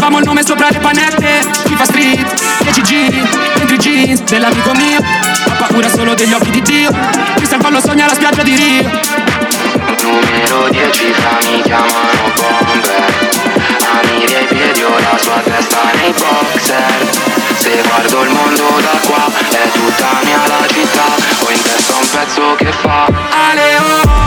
Scrivevamo il nome sopra le panette. FIFA Street, 10G, dentro i jeans dell'amico mio. Ho paura solo degli occhi di Dio. Cristian Fallo sogna la spiaggia di Rio. Numero 10 fra mi chiamano bomber. Amiri ai piedi o la sua testa nei boxer. Se guardo il mondo da qua è tutta mia la città. Ho in testa un pezzo che fa Aleo.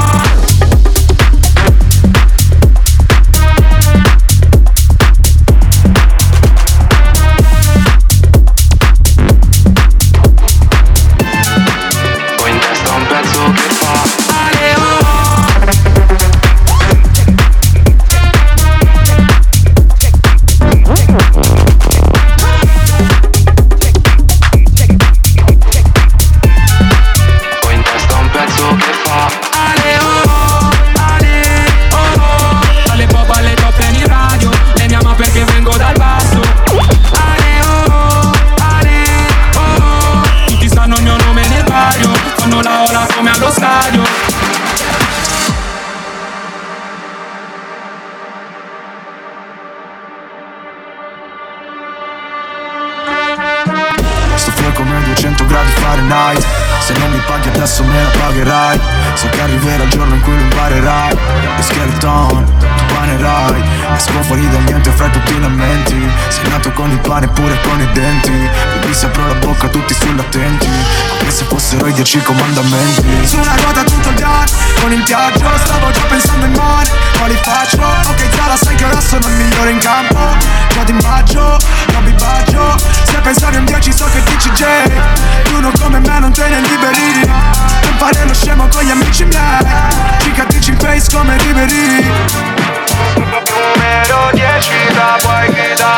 Se non mi paghi adesso me la pagherai. So che arriverà il giorno in cui lo imparerai. E skeleton, tu panerai. Esco fuori da niente fra tutti i lamenti. Sei nato con il pane pure con i denti. Quindi se apro la bocca tutti sull'attenti. Come se fossero i 10 comandamenti. Su una ruota tutto il giorno con il viaggio. Stavo già pensando in mare, quali faccio? Ok Zara, sai che ora sono il migliore in campo. Già ti imbaggio, non mi baggio. Se pensavi un 10 so che dici J. Tu non come me non te ne liberi. Non fare lo scemo con gli amici miei. Cicatrici in face come Ribéry. Numero 10 da puoi gridare.